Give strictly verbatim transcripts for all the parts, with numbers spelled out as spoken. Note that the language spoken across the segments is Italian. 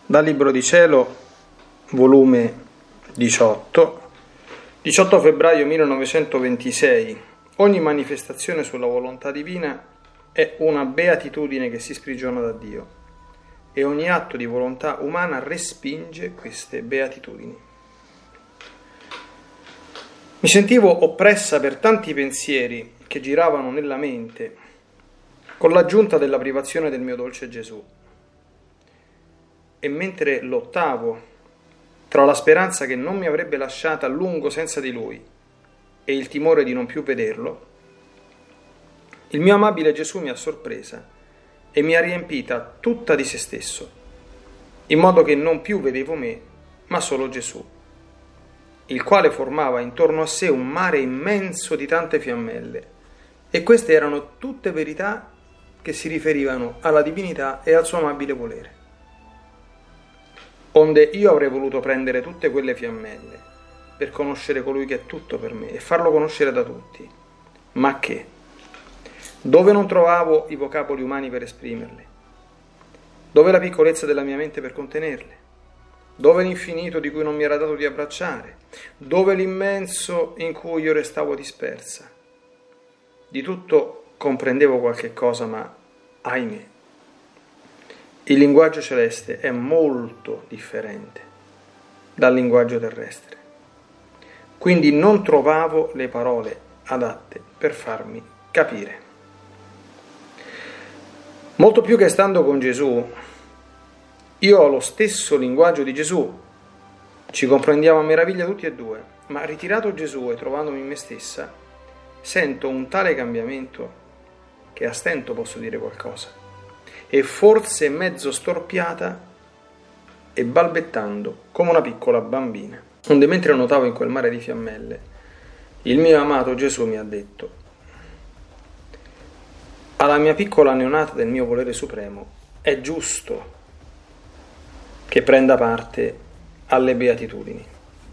Dal Libro di Cielo, volume diciotto, diciotto febbraio millenovecentoventisei. Ogni manifestazione sulla volontà divina è una beatitudine che si sprigiona da Dio e ogni atto di volontà umana respinge queste beatitudini. Mi sentivo oppressa per tanti pensieri che giravano nella mente, con l'aggiunta della privazione del mio dolce Gesù. E mentre lottavo tra la speranza che non mi avrebbe lasciata a lungo senza di Lui e il timore di non più vederlo, il mio amabile Gesù mi ha sorpresa e mi ha riempita tutta di se stesso, in modo che non più vedevo me, ma solo Gesù, il quale formava intorno a sé un mare immenso di tante fiammelle, e queste erano tutte verità che si riferivano alla divinità e al suo amabile volere. Onde io avrei voluto prendere tutte quelle fiammelle per conoscere colui che è tutto per me e farlo conoscere da tutti, ma che, dove non trovavo i vocaboli umani per esprimerle, dove la piccolezza della mia mente per contenerle, dove l'infinito di cui non mi era dato di abbracciare, dove l'immenso in cui io restavo dispersa, di tutto comprendevo qualche cosa, ma ahimè, il linguaggio celeste è molto differente dal linguaggio terrestre. Quindi non trovavo le parole adatte per farmi capire. Molto più che stando con Gesù, io ho lo stesso linguaggio di Gesù, ci comprendiamo a meraviglia tutti e due, ma ritirato Gesù e trovandomi in me stessa, sento un tale cambiamento che a stento posso dire qualcosa. E forse mezzo storpiata e balbettando come una piccola bambina. Onde mentre nuotavo in quel mare di fiammelle, il mio amato Gesù mi ha detto: alla mia piccola neonata del mio volere supremo è giusto che prenda parte alle beatitudini,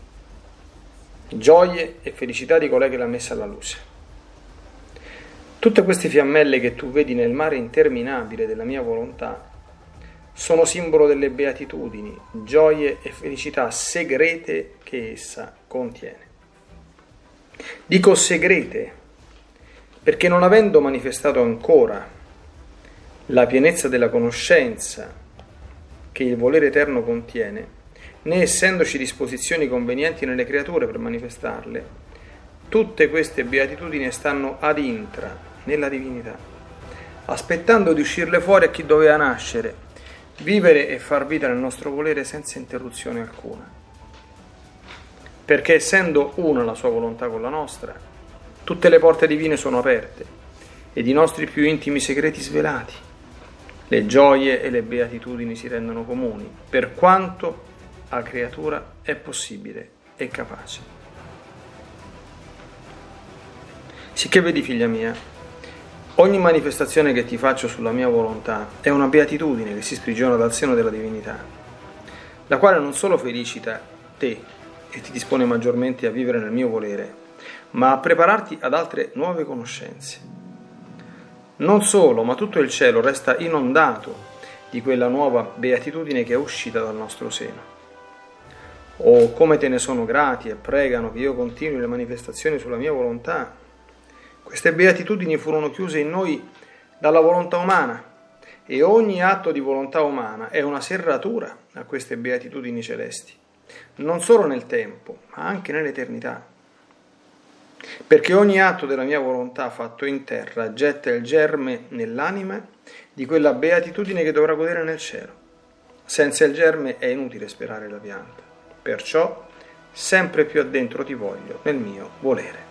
gioie e felicità di colei che l'ha messa alla luce. Tutte queste fiammelle che tu vedi nel mare interminabile della mia volontà sono simbolo delle beatitudini, gioie e felicità segrete che essa contiene. Dico segrete perché non avendo manifestato ancora la pienezza della conoscenza che il volere eterno contiene, né essendoci disposizioni convenienti nelle creature per manifestarle, tutte queste beatitudini stanno ad intra nella divinità, aspettando di uscirle fuori a chi doveva nascere, vivere e far vita nel nostro volere senza interruzione alcuna. Perché essendo una la sua volontà con la nostra, tutte le porte divine sono aperte ed i nostri più intimi segreti svelati. Le gioie e le beatitudini si rendono comuni, per quanto a creatura è possibile e capace. Sicché vedi, figlia mia, ogni manifestazione che ti faccio sulla mia volontà è una beatitudine che si sprigiona dal seno della divinità, la quale non solo felicita te e ti dispone maggiormente a vivere nel mio volere, ma a prepararti ad altre nuove conoscenze. Non solo, ma tutto il cielo resta inondato di quella nuova beatitudine che è uscita dal nostro seno. Oh, come te ne sono grati e pregano che io continui le manifestazioni sulla mia volontà. Queste beatitudini furono chiuse in noi dalla volontà umana e ogni atto di volontà umana è una serratura a queste beatitudini celesti, non solo nel tempo, ma anche nell'eternità. Perché ogni atto della mia volontà fatto in terra getta il germe nell'anima di quella beatitudine che dovrà godere nel cielo. Senza il germe è inutile sperare la pianta. Perciò sempre più addentro ti voglio nel mio volere.